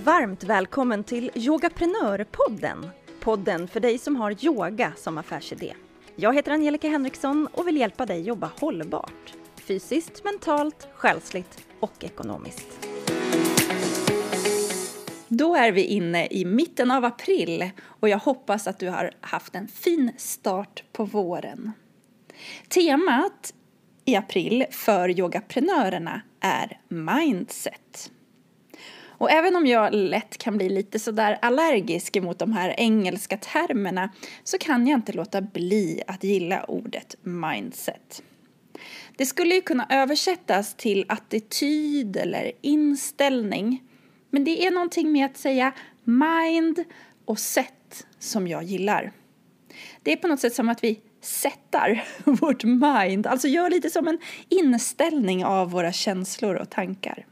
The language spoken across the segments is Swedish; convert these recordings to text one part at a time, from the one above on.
Varmt välkommen till Yogaprenörpodden. Podden för dig som har yoga som affärsidé. Jag heter Angelica Henriksson och vill hjälpa dig jobba hållbart. Fysiskt, mentalt, själsligt och ekonomiskt. Då är vi inne i mitten av april och jag hoppas att du har haft en fin start på våren. Temat i april för yogaprenörerna är mindset. Och även om jag lätt kan bli lite sådär allergisk mot de här engelska termerna så kan jag inte låta bli att gilla ordet mindset. Det skulle ju kunna översättas till attityd eller inställning. Men det är någonting med att säga mind och set som jag gillar. Det är på något sätt som att vi sättar vårt mind. Alltså gör lite som en inställning av våra känslor och tankar.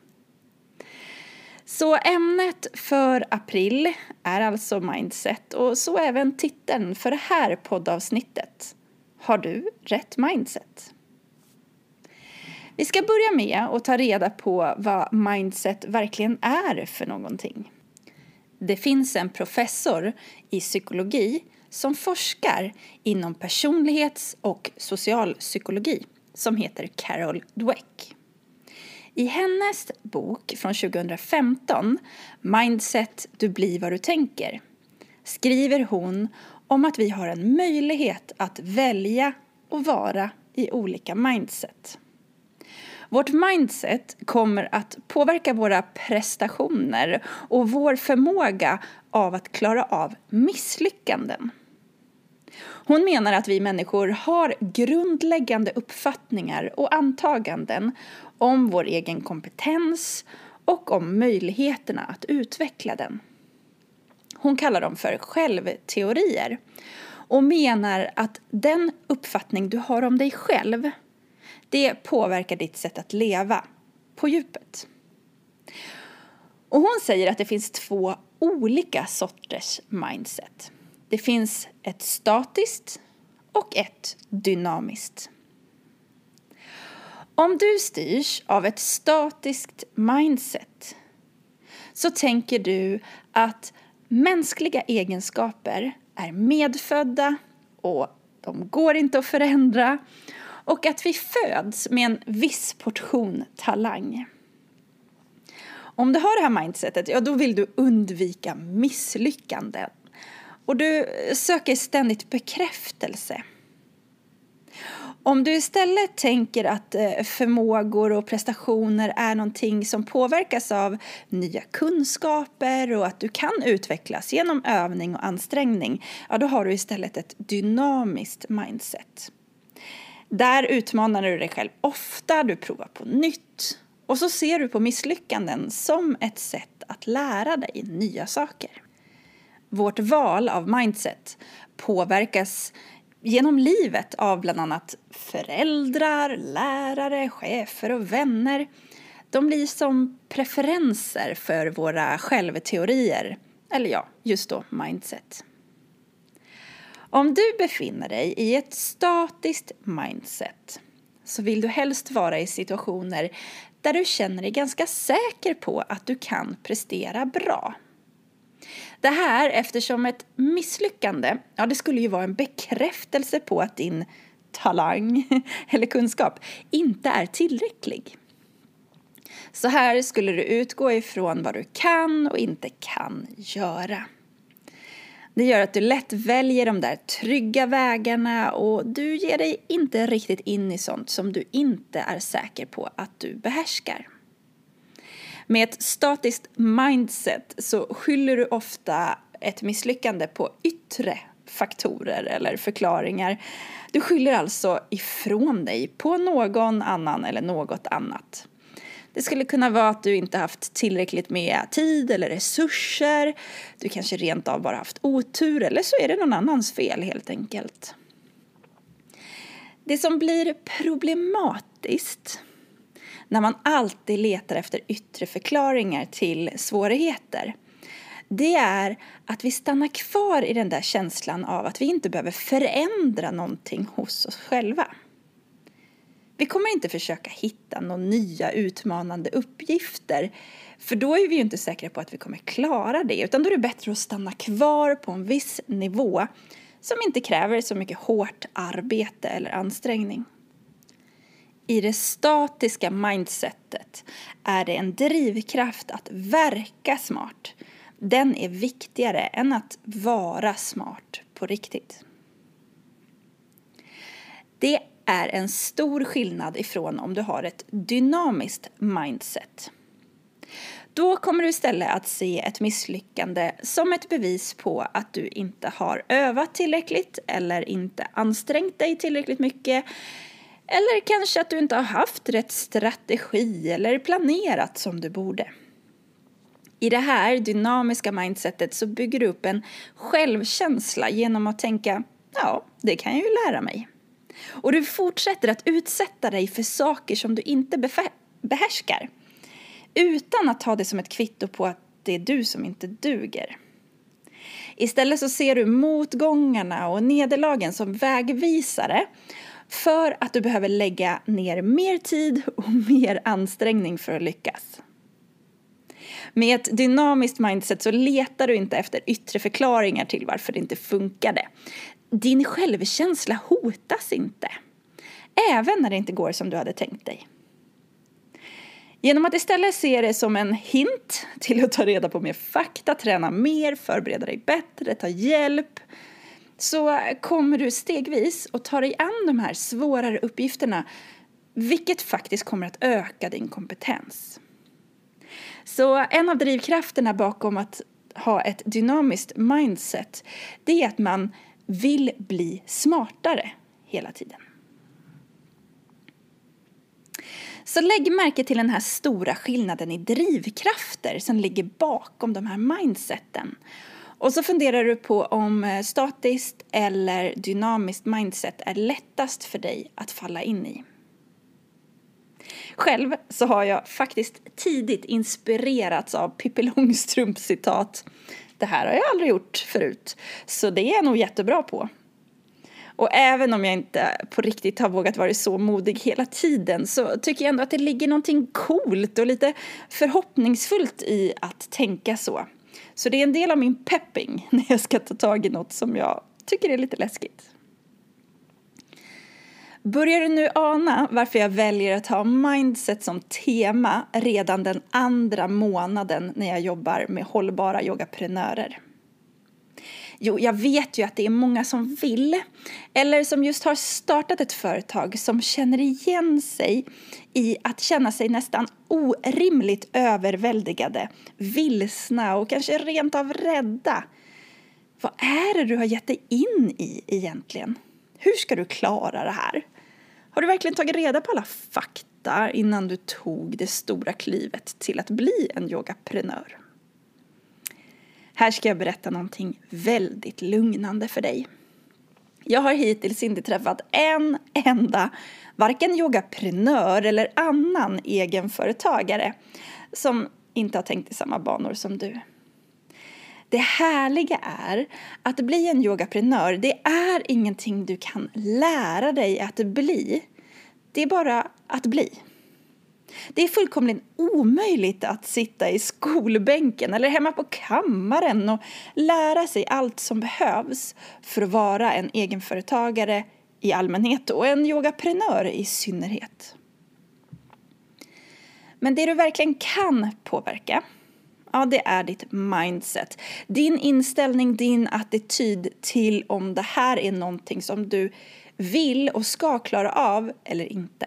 Så ämnet för april är alltså mindset och så även titeln för det här poddavsnittet. Har du rätt mindset? Vi ska börja med att ta reda på vad mindset verkligen är för någonting. Det finns en professor i psykologi som forskar inom personlighets- och socialpsykologi som heter Carol Dweck. I hennes bok från 2015, Mindset, du blir vad du tänker, skriver hon om att vi har en möjlighet att välja och vara i olika mindset. Vårt mindset kommer att påverka våra prestationer och vår förmåga av att klara av misslyckanden. Hon menar att vi människor har grundläggande uppfattningar och antaganden om vår egen kompetens och om möjligheterna att utveckla den. Hon kallar dem för självteorier och menar att den uppfattning du har om dig själv, det påverkar ditt sätt att leva på djupet. Och hon säger att det finns 2 olika sorters mindset. Det finns ett statiskt och ett dynamiskt. Om du styrs av ett statiskt mindset så tänker du att mänskliga egenskaper är medfödda och de går inte att förändra och att vi föds med en viss portion talang. Om du har det här mindsetet, ja, då vill du undvika misslyckanden. Och du söker ständigt bekräftelse. Om du istället tänker att förmågor och prestationer är någonting som påverkas av nya kunskaper och att du kan utvecklas genom övning och ansträngning, ja, då har du istället ett dynamiskt mindset. Där utmanar du dig själv ofta, du provar på nytt och så ser du på misslyckanden som ett sätt att lära dig nya saker. Vårt val av mindset påverkas genom livet av bland annat föräldrar, lärare, chefer och vänner. De blir som preferenser för våra självteorier, eller ja, just då mindset. Om du befinner dig i ett statiskt mindset så vill du helst vara i situationer där du känner dig ganska säker på att du kan prestera bra. Det här eftersom ett misslyckande, ja, det skulle ju vara en bekräftelse på att din talang eller kunskap inte är tillräcklig. Så här skulle du utgå ifrån vad du kan och inte kan göra. Det gör att du lätt väljer de där trygga vägarna och du ger dig inte riktigt in i sånt som du inte är säker på att du behärskar. Med ett statiskt mindset så skyller du ofta ett misslyckande på yttre faktorer eller förklaringar. Du skyller alltså ifrån dig på någon annan eller något annat. Det skulle kunna vara att du inte haft tillräckligt med tid eller resurser. Du kanske rent av bara haft otur eller så är det någon annans fel helt enkelt. Det som blir problematiskt när man alltid letar efter yttre förklaringar till svårigheter, det är att vi stannar kvar i den där känslan av att vi inte behöver förändra någonting hos oss själva. Vi kommer inte försöka hitta några nya utmanande uppgifter. För då är vi ju inte säkra på att vi kommer klara det. Utan då är det bättre att stanna kvar på en viss nivå som inte kräver så mycket hårt arbete eller ansträngning. I det statiska mindsetet är det en drivkraft att verka smart. Den är viktigare än att vara smart på riktigt. Det är en stor skillnad ifrån om du har ett dynamiskt mindset. Då kommer du istället att se ett misslyckande som ett bevis på att du inte har övat tillräckligt eller inte ansträngt dig tillräckligt mycket. Eller kanske att du inte har haft rätt strategi eller planerat som du borde. I det här dynamiska mindsetet så bygger du upp en självkänsla genom att tänka, ja, det kan jag ju lära mig. Och du fortsätter att utsätta dig för saker som du inte behärskar. Utan att ta det som ett kvitto på att det är du som inte duger. Istället så ser du motgångarna och nederlagen som vägvisare för att du behöver lägga ner mer tid och mer ansträngning för att lyckas. Med ett dynamiskt mindset så letar du inte efter yttre förklaringar till varför det inte funkade. Din självkänsla hotas inte, även när det inte går som du hade tänkt dig. Genom att istället se det som en hint till att ta reda på mer fakta, träna mer, förbereda dig bättre, ta hjälp, så kommer du stegvis att ta dig an de här svårare uppgifterna, vilket faktiskt kommer att öka din kompetens. Så en av drivkrafterna bakom att ha ett dynamiskt mindset, det är att man vill bli smartare hela tiden. Så lägg märke till den här stora skillnaden i drivkrafter som ligger bakom de här mindseten. Och så funderar du på om statiskt eller dynamiskt mindset är lättast för dig att falla in i. Själv så har jag faktiskt tidigt inspirerats av Pippi Långstrumps citat. Det här har jag aldrig gjort förut, så det är jag nog jättebra på. Och även om jag inte på riktigt har vågat vara så modig hela tiden, så tycker jag ändå att det ligger någonting coolt och lite förhoppningsfullt i att tänka så. Så det är en del av min pepping när jag ska ta tag i något som jag tycker är lite läskigt. Börjar du nu ana varför jag väljer att ha mindset som tema redan den andra månaden när jag jobbar med hållbara yogaprenörer? Jo, jag vet ju att det är många som vill, eller som just har startat ett företag som känner igen sig i att känna sig nästan orimligt överväldigade, vilsna och kanske rent av rädda. Vad är det du har gett dig in i egentligen? Hur ska du klara det här? Har du verkligen tagit reda på alla fakta innan du tog det stora klivet till att bli en yogaprenör? Här ska jag berätta någonting väldigt lugnande för dig. Jag har hittills inte träffat en enda, varken yogaprenör eller annan egenföretagare som inte har tänkt i samma banor som du. Det härliga är att bli en yogaprenör, det är ingenting du kan lära dig att bli. Det är bara att bli. Det är fullkomligt omöjligt att sitta i skolbänken eller hemma på kammaren och lära sig allt som behövs för att vara en egenföretagare i allmänhet och en yogaprenör i synnerhet. Men det du verkligen kan påverka, ja, det är ditt mindset. Din inställning, din attityd till om det här är någonting som du vill och ska klara av eller inte.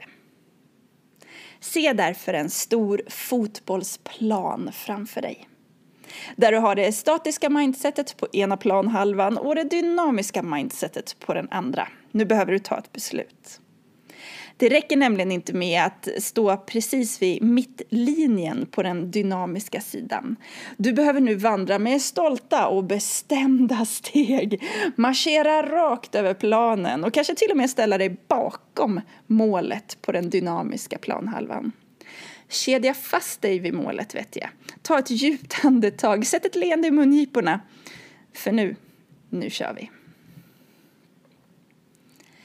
Se därför en stor fotbollsplan framför dig. Där du har det statiska mindsetet på ena planhalvan och det dynamiska mindsetet på den andra. Nu behöver du ta ett beslut. Det räcker nämligen inte med att stå precis vid mittlinjen på den dynamiska sidan. Du behöver nu vandra med stolta och bestämda steg. Marschera rakt över planen och kanske till och med ställa dig bakom målet på den dynamiska planhalvan. Kedja fast dig vid målet, vet jag. Ta ett djupt andetag, sätt ett leende i mungiporna. För nu kör vi.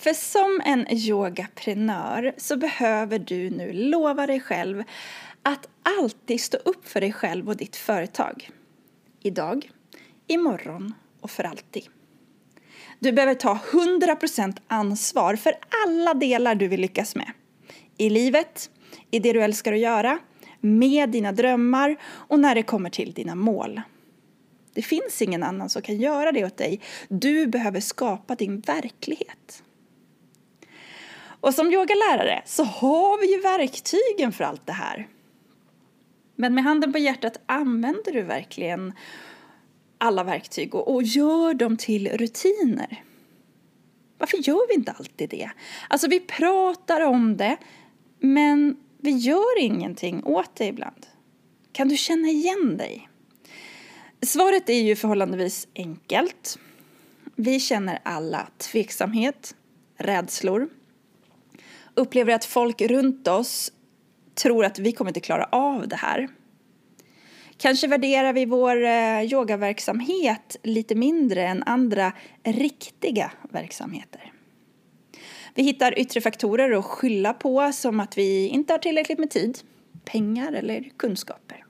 För som en yogaprenör så behöver du nu lova dig själv att alltid stå upp för dig själv och ditt företag. Idag, imorgon och för alltid. Du behöver ta 100% ansvar för alla delar du vill lyckas med. I livet, i det du älskar att göra, med dina drömmar och när det kommer till dina mål. Det finns ingen annan som kan göra det åt dig. Du behöver skapa din verklighet. Och som yogalärare så har vi ju verktygen för allt det här. Men med handen på hjärtat, använder du verkligen alla verktyg och gör dem till rutiner? Varför gör vi inte alltid det? Alltså vi pratar om det, men vi gör ingenting åt det ibland. Kan du känna igen dig? Svaret är ju förhållandevis enkelt. Vi känner alla tveksamhet, rädslor. Upplever att folk runt oss tror att vi kommer inte klara av det här. Kanske värderar vi vår yogaverksamhet lite mindre än andra riktiga verksamheter. Vi hittar yttre faktorer att skylla på, som att vi inte har tillräckligt med tid, pengar eller kunskaper.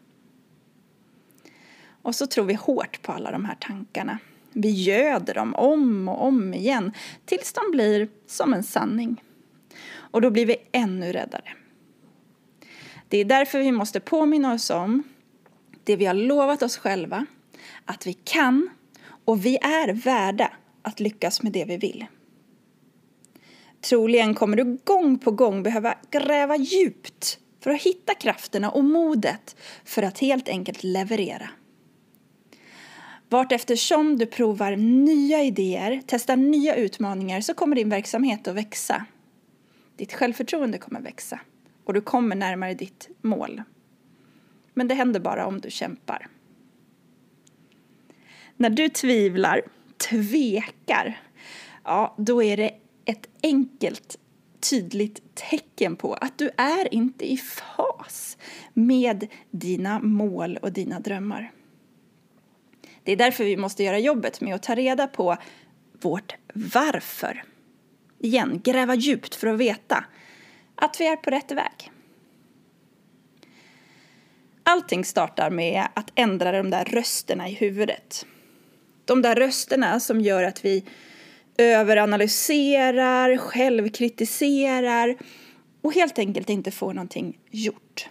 Och så tror vi hårt på alla de här tankarna. Vi göder dem om och om igen tills de blir som en sanning. Och då blir vi ännu räddare. Det är därför vi måste påminna oss om det vi har lovat oss själva, att vi kan och vi är värda att lyckas med det vi vill. Troligen kommer du gång på gång behöva gräva djupt för att hitta krafterna och modet för att helt enkelt leverera. Vart eftersom du provar nya idéer, testar nya utmaningar, så kommer din verksamhet att växa. Ditt självförtroende kommer växa och du kommer närmare ditt mål. Men det händer bara om du kämpar. När du tvekar, ja, då är det ett enkelt, tydligt tecken på att du är inte i fas med dina mål och dina drömmar. Det är därför vi måste göra jobbet med att ta reda på vårt varför. Igen, gräva djupt för att veta att vi är på rätt väg. Allting startar med att ändra de där rösterna i huvudet. De där rösterna som gör att vi överanalyserar, självkritiserar och helt enkelt inte får någonting gjort.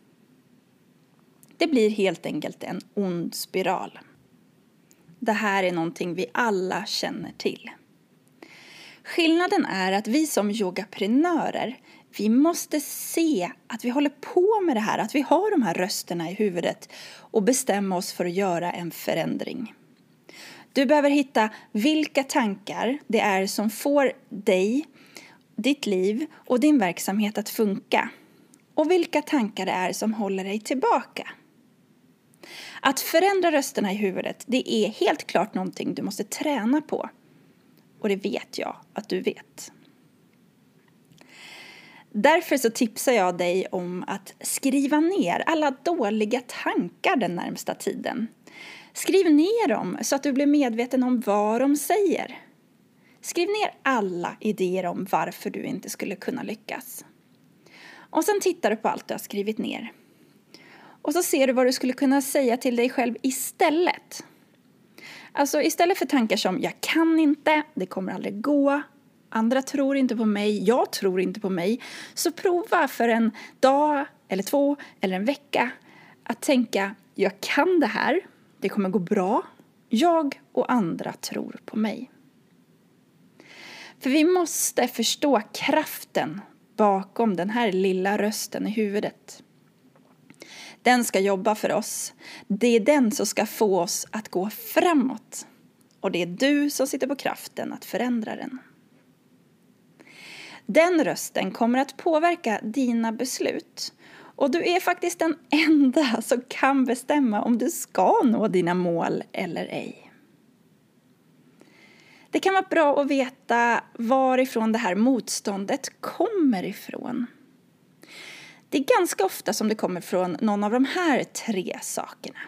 Det blir helt enkelt en ond spiral. Det här är någonting vi alla känner till. Skillnaden är att vi som yogaprenörer, vi måste se att vi håller på med det här, att vi har de här rösterna i huvudet och bestämma oss för att göra en förändring. Du behöver hitta vilka tankar det är som får dig, ditt liv och din verksamhet att funka. Och vilka tankar det är som håller dig tillbaka. Att förändra rösterna i huvudet, det är helt klart någonting du måste träna på. Och det vet jag att du vet. Därför så tipsar jag dig om att skriva ner alla dåliga tankar den närmsta tiden. Skriv ner dem så att du blir medveten om vad de säger. Skriv ner alla idéer om varför du inte skulle kunna lyckas. Och sen tittar du på allt du har skrivit ner. Och så ser du vad du skulle kunna säga till dig själv istället. Alltså istället för tankar som jag kan inte, det kommer aldrig gå, andra tror inte på mig, jag tror inte på mig. Så prova för en dag eller 2 eller en vecka att tänka jag kan det här, det kommer gå bra, jag och andra tror på mig. För vi måste förstå kraften bakom den här lilla rösten i huvudet. Den ska jobba för oss. Det är den som ska få oss att gå framåt. Och det är du som sitter på kraften att förändra den. Den rösten kommer att påverka dina beslut. Och du är faktiskt den enda som kan bestämma om du ska nå dina mål eller ej. Det kan vara bra att veta varifrån det här motståndet kommer ifrån. Det är ganska ofta som det kommer från någon av de här 3 sakerna.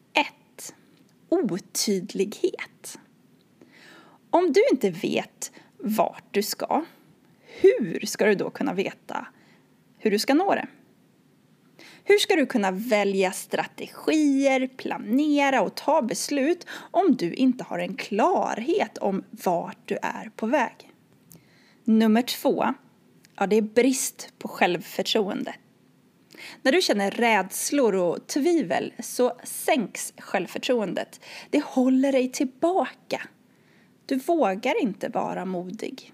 1. Otydlighet. Om du inte vet vart du ska, hur ska du då kunna veta hur du ska nå det? Hur ska du kunna välja strategier, planera och ta beslut om du inte har en klarhet om vart du är på väg? Nummer 2, det är brist på självförtroende. När du känner rädslor och tvivel så sänks självförtroendet. Det håller dig tillbaka. Du vågar inte vara modig.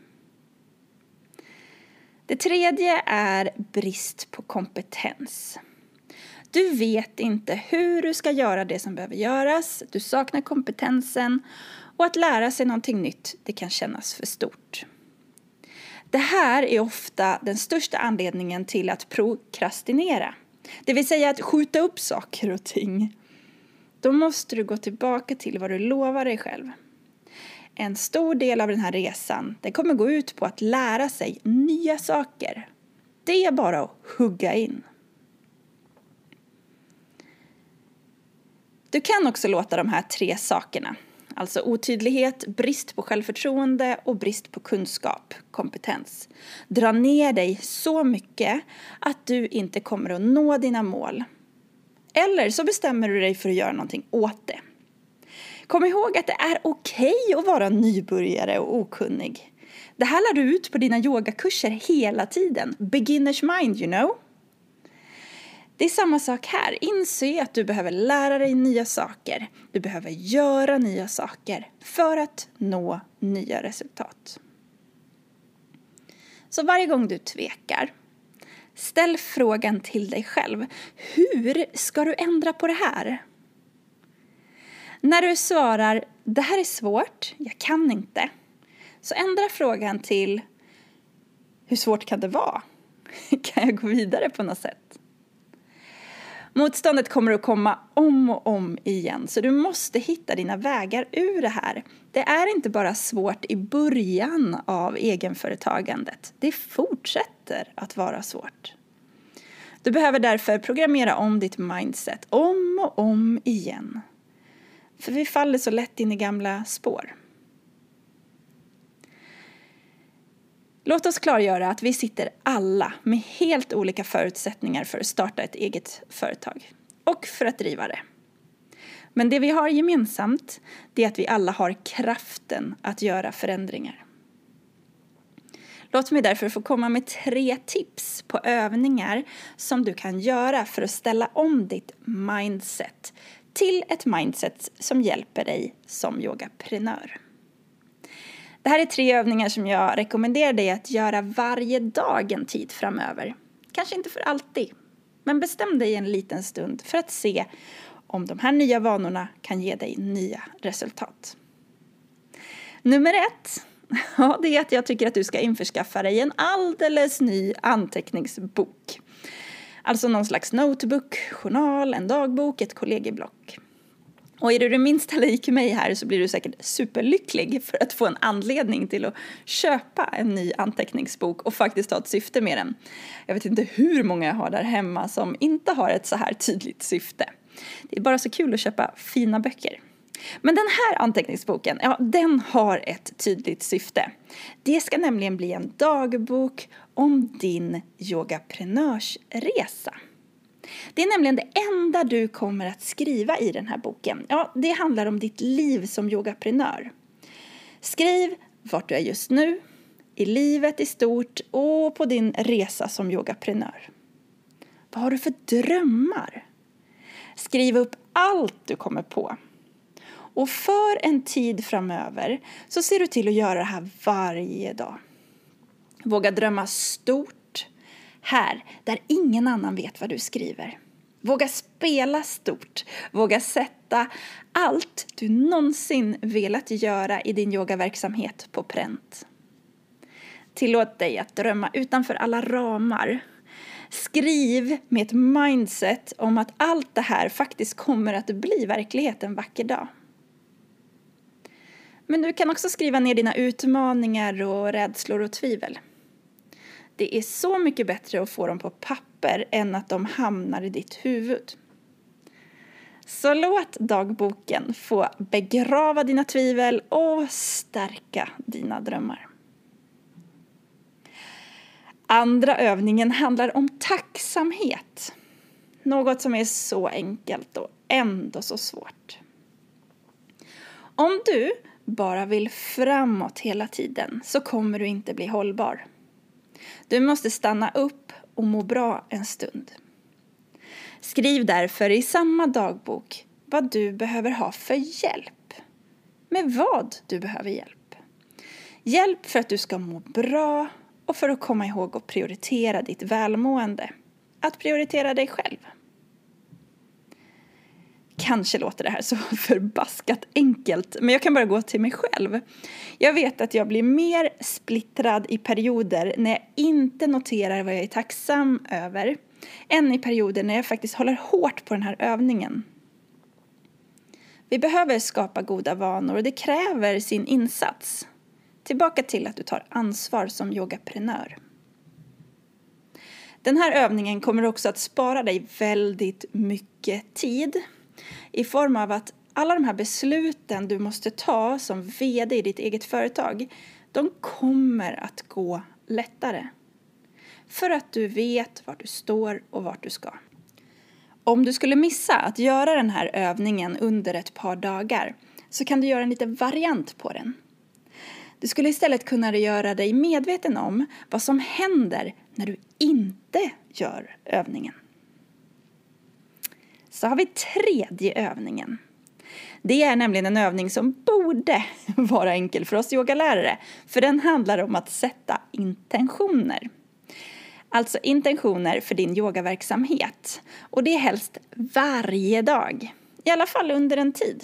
Det 3 är brist på kompetens. Du vet inte hur du ska göra det som behöver göras. Du saknar kompetensen och att lära sig någonting nytt, det kan kännas för stort. Det här är ofta den största anledningen till att prokrastinera. Det vill säga att skjuta upp saker och ting. Då måste du gå tillbaka till vad du lovar dig själv. En stor del av den här resan, det kommer gå ut på att lära sig nya saker. Det är bara att hugga in. Du kan också låta de här 3 sakerna, alltså otydlighet, brist på självförtroende och brist på kunskap, kompetens, dra ner dig så mycket att du inte kommer att nå dina mål. Eller så bestämmer du dig för att göra någonting åt det. Kom ihåg att det är okej att vara nybörjare och okunnig. Det här lär du ut på dina yogakurser hela tiden. Beginner's mind, you know. Det är samma sak här. Inse att du behöver lära dig nya saker. Du behöver göra nya saker för att nå nya resultat. Så varje gång du tvekar, ställ frågan till dig själv. Hur ska du ändra på det här? När du svarar, det här är svårt, jag kan inte. Så ändra frågan till, hur svårt kan det vara? Kan jag gå vidare på något sätt? Motståndet kommer att komma om och om igen. Så du måste hitta dina vägar ur det här. Det är inte bara svårt i början av egenföretagandet. Det fortsätter att vara svårt. Du behöver därför programmera om ditt mindset om och om igen. För vi faller så lätt in i gamla spår. Låt oss klargöra att vi sitter alla med helt olika förutsättningar för att starta ett eget företag och för att driva det. Men det vi har gemensamt, det är att vi alla har kraften att göra förändringar. Låt mig därför få komma med 3 tips på övningar som du kan göra för att ställa om ditt mindset till ett mindset som hjälper dig som yogaprenör. Det här är 3 övningar som jag rekommenderar dig att göra varje dag en tid framöver. Kanske inte för alltid, men bestäm dig en liten stund för att se om de här nya vanorna kan ge dig nya resultat. Nummer 1, det är att jag tycker att du ska införskaffa dig en alldeles ny anteckningsbok. Alltså någon slags notebook, journal, en dagbok, ett kollegieblock. Och är du det minsta lik mig här så blir du säkert superlycklig för att få en anledning till att köpa en ny anteckningsbok och faktiskt ha ett syfte med den. Jag vet inte hur många jag har där hemma som inte har ett så här tydligt syfte. Det är bara så kul att köpa fina böcker. Men den här anteckningsboken, den har ett tydligt syfte. Det ska nämligen bli en dagbok om din yogaprenörsresa. Det är nämligen det enda du kommer att skriva i den här boken. Det handlar om ditt liv som yogaprenör. Skriv vart du är just nu, i livet i stort och på din resa som yogaprenör. Vad har du för drömmar? Skriv upp allt du kommer på. Och för en tid framöver så ser du till att göra det här varje dag. Våga drömma stort. Här, där ingen annan vet vad du skriver. Våga spela stort. Våga sätta allt du någonsin velat göra i din yogaverksamhet på pränt. Tillåt dig att drömma utanför alla ramar. Skriv med ett mindset om att allt det här faktiskt kommer att bli verklighet en vacker dag. Men du kan också skriva ner dina utmaningar och rädslor och tvivel. Det är så mycket bättre att få dem på papper än att de hamnar i ditt huvud. Så låt dagboken få begrava dina tvivel och stärka dina drömmar. Andra övningen handlar om tacksamhet. Något som är så enkelt och ändå så svårt. Om du bara vill framåt hela tiden så kommer du inte bli hållbar. Du måste stanna upp och må bra en stund. Skriv därför i samma dagbok vad du behöver ha för hjälp. Med vad du behöver hjälp. Hjälp för att du ska må bra och för att komma ihåg att prioritera ditt välmående. Att prioritera dig själv. Kanske låter det här så förbaskat enkelt, men jag kan bara gå till mig själv. Jag vet att jag blir mer splittrad i perioder när jag inte noterar vad jag är tacksam över, än i perioder när jag faktiskt håller hårt på den här övningen. Vi behöver skapa goda vanor och det kräver sin insats. Tillbaka till att du tar ansvar som yogaprenör. Den här övningen kommer också att spara dig väldigt mycket tid. I form av att alla de här besluten du måste ta som vd i ditt eget företag, de kommer att gå lättare. För att du vet var du står och vart du ska. Om du skulle missa att göra den här övningen under ett par dagar så kan du göra en liten variant på den. Du skulle istället kunna göra dig medveten om vad som händer när du inte gör övningen. Så har vi tredje övningen. Det är nämligen en övning som borde vara enkel för oss yogalärare. För den handlar om att sätta intentioner. Alltså intentioner för din yogaverksamhet. Och det är helst varje dag. I alla fall under en tid.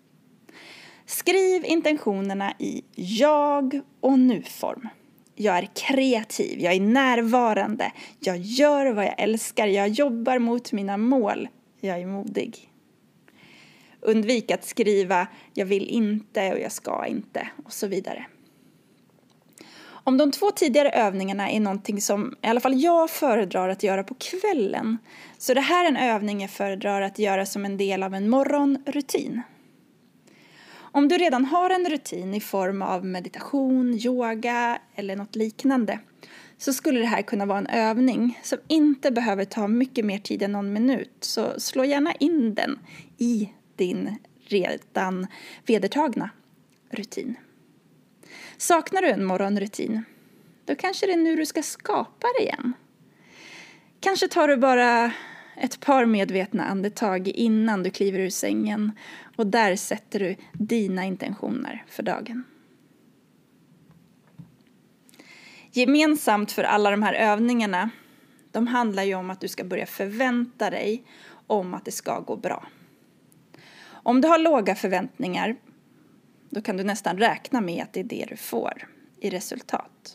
Skriv intentionerna i jag och nu-form. Jag är kreativ, jag är närvarande. Jag gör vad jag älskar, jag jobbar mot mina mål. Jag är modig. Undvik att skriva jag vill inte och jag ska inte och så vidare. Om de 2 tidigare övningarna är någonting som i alla fall jag föredrar att göra på kvällen, så det här är en övning jag föredrar att göra som en del av en morgonrutin. Om du redan har en rutin i form av meditation, yoga eller något liknande, så skulle det här kunna vara en övning som inte behöver ta mycket mer tid än någon minut. Så slå gärna in den i din redan vedertagna rutin. Saknar du en morgonrutin, då kanske det är nu du ska skapa det igen. Kanske tar du bara ett par medvetna andetag innan du kliver ur sängen och där sätter du dina intentioner för dagen. Gemensamt för alla de här övningarna, de handlar ju om att du ska börja förvänta dig om att det ska gå bra. Om du har låga förväntningar, då kan du nästan räkna med att det är det du får i resultat.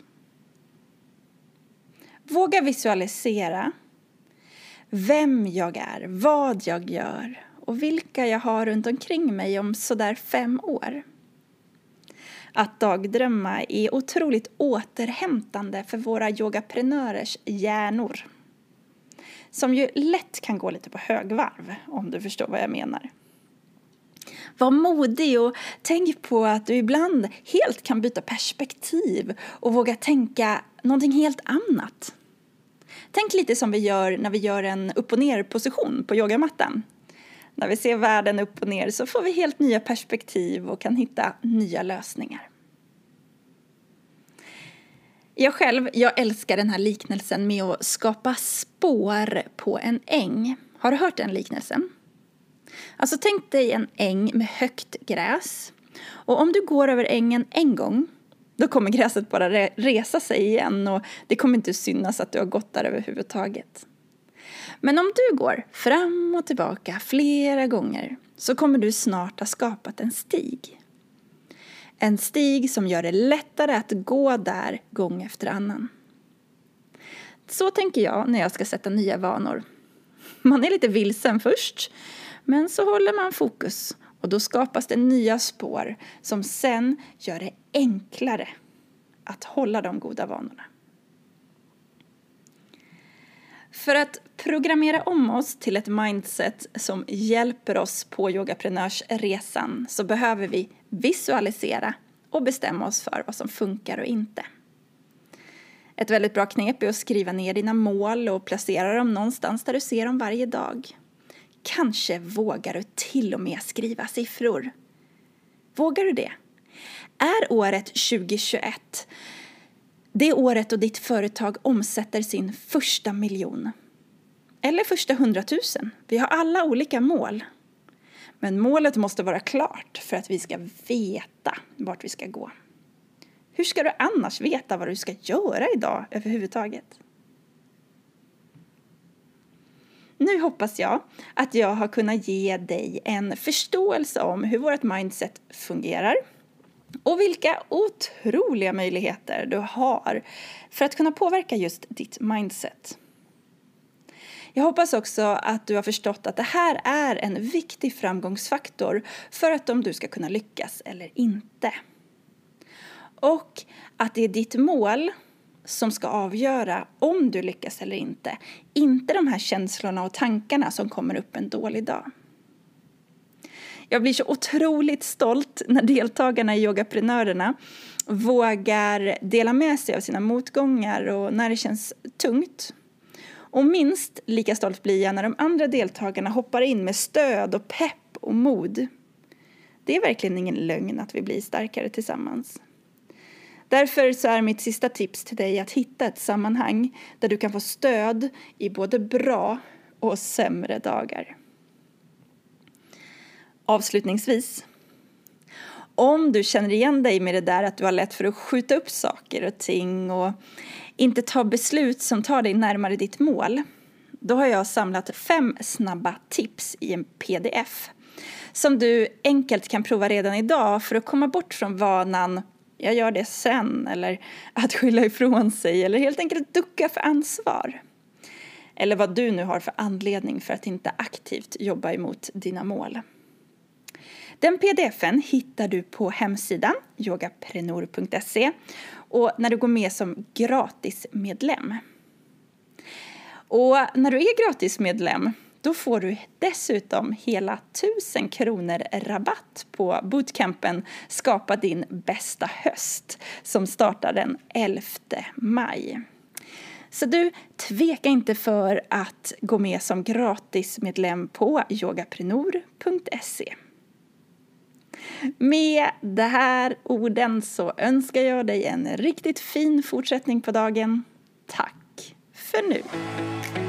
Våga visualisera vem jag är, vad jag gör och vilka jag har runt omkring mig om sådär 5 år. Att dagdrömma är otroligt återhämtande för våra yogaprenörers hjärnor. Som ju lätt kan gå lite på högvarv, om du förstår vad jag menar. Var modig och tänk på att du ibland helt kan byta perspektiv och våga tänka någonting helt annat. Tänk lite som vi gör när vi gör en upp- och ner-position på yogamattan. När vi ser världen upp och ner så får vi helt nya perspektiv och kan hitta nya lösningar. Jag älskar den här liknelsen med att skapa spår på en äng. Har du hört den liknelsen? Alltså tänk dig en äng med högt gräs. Och om du går över ängen en gång, då kommer gräset bara resa sig igen och det kommer inte synas att du har gått där överhuvudtaget. Men om du går fram och tillbaka flera gånger så kommer du snart ha skapat en stig. En stig som gör det lättare att gå där gång efter annan. Så tänker jag när jag ska sätta nya vanor. Man är lite vilsen först, men så håller man fokus och då skapas det nya spår som sen gör det enklare att hålla de goda vanorna. För att programmera om oss till ett mindset som hjälper oss på yogaprenörsresan så behöver vi visualisera och bestämma oss för vad som funkar och inte. Ett väldigt bra knep är att skriva ner dina mål och placera dem någonstans där du ser dem varje dag. Kanske vågar du till och med skriva siffror. Vågar du det? Är året 2021 det året då ditt företag omsätter sin första miljon? Eller första 100 000? Vi har alla olika mål. Men målet måste vara klart för att vi ska veta vart vi ska gå. Hur ska du annars veta vad du ska göra idag överhuvudtaget? Nu hoppas jag att jag har kunnat ge dig en förståelse om hur vårt mindset fungerar och vilka otroliga möjligheter du har för att kunna påverka just ditt mindset. Jag hoppas också att du har förstått att det här är en viktig framgångsfaktor för att om du ska kunna lyckas eller inte. Och att det är ditt mål som ska avgöra om du lyckas eller inte. Inte de här känslorna och tankarna som kommer upp en dålig dag. Jag blir så otroligt stolt när deltagarna i Yogaprenörerna vågar dela med sig av sina motgångar och när det känns tungt. Och minst lika stolt blir jag när de andra deltagarna hoppar in med stöd och pepp och mod. Det är verkligen ingen lögn att vi blir starkare tillsammans. Därför så är mitt sista tips till dig att hitta ett sammanhang där du kan få stöd i både bra och sämre dagar. Avslutningsvis, om du känner igen dig med det där att du har lätt för att skjuta upp saker och ting och inte ta beslut som tar dig närmare ditt mål, då har jag samlat 5 snabba tips i en pdf som du enkelt kan prova redan idag för att komma bort från vanan jag gör det sen, eller att skylla ifrån sig, eller helt enkelt ducka för ansvar. Eller vad du nu har för anledning för att inte aktivt jobba emot dina mål. Den pdf-en hittar du på hemsidan yogaprenor.se och när du går med som gratismedlem. Och när du är gratismedlem då får du dessutom hela 1000 kronor rabatt på bootcampen Skapa din bästa höst som startar den 11 maj. Så du, tveka inte för att gå med som gratismedlem på yogaprenor.se. Med det här orden så önskar jag dig en riktigt fin fortsättning på dagen. Tack för nu!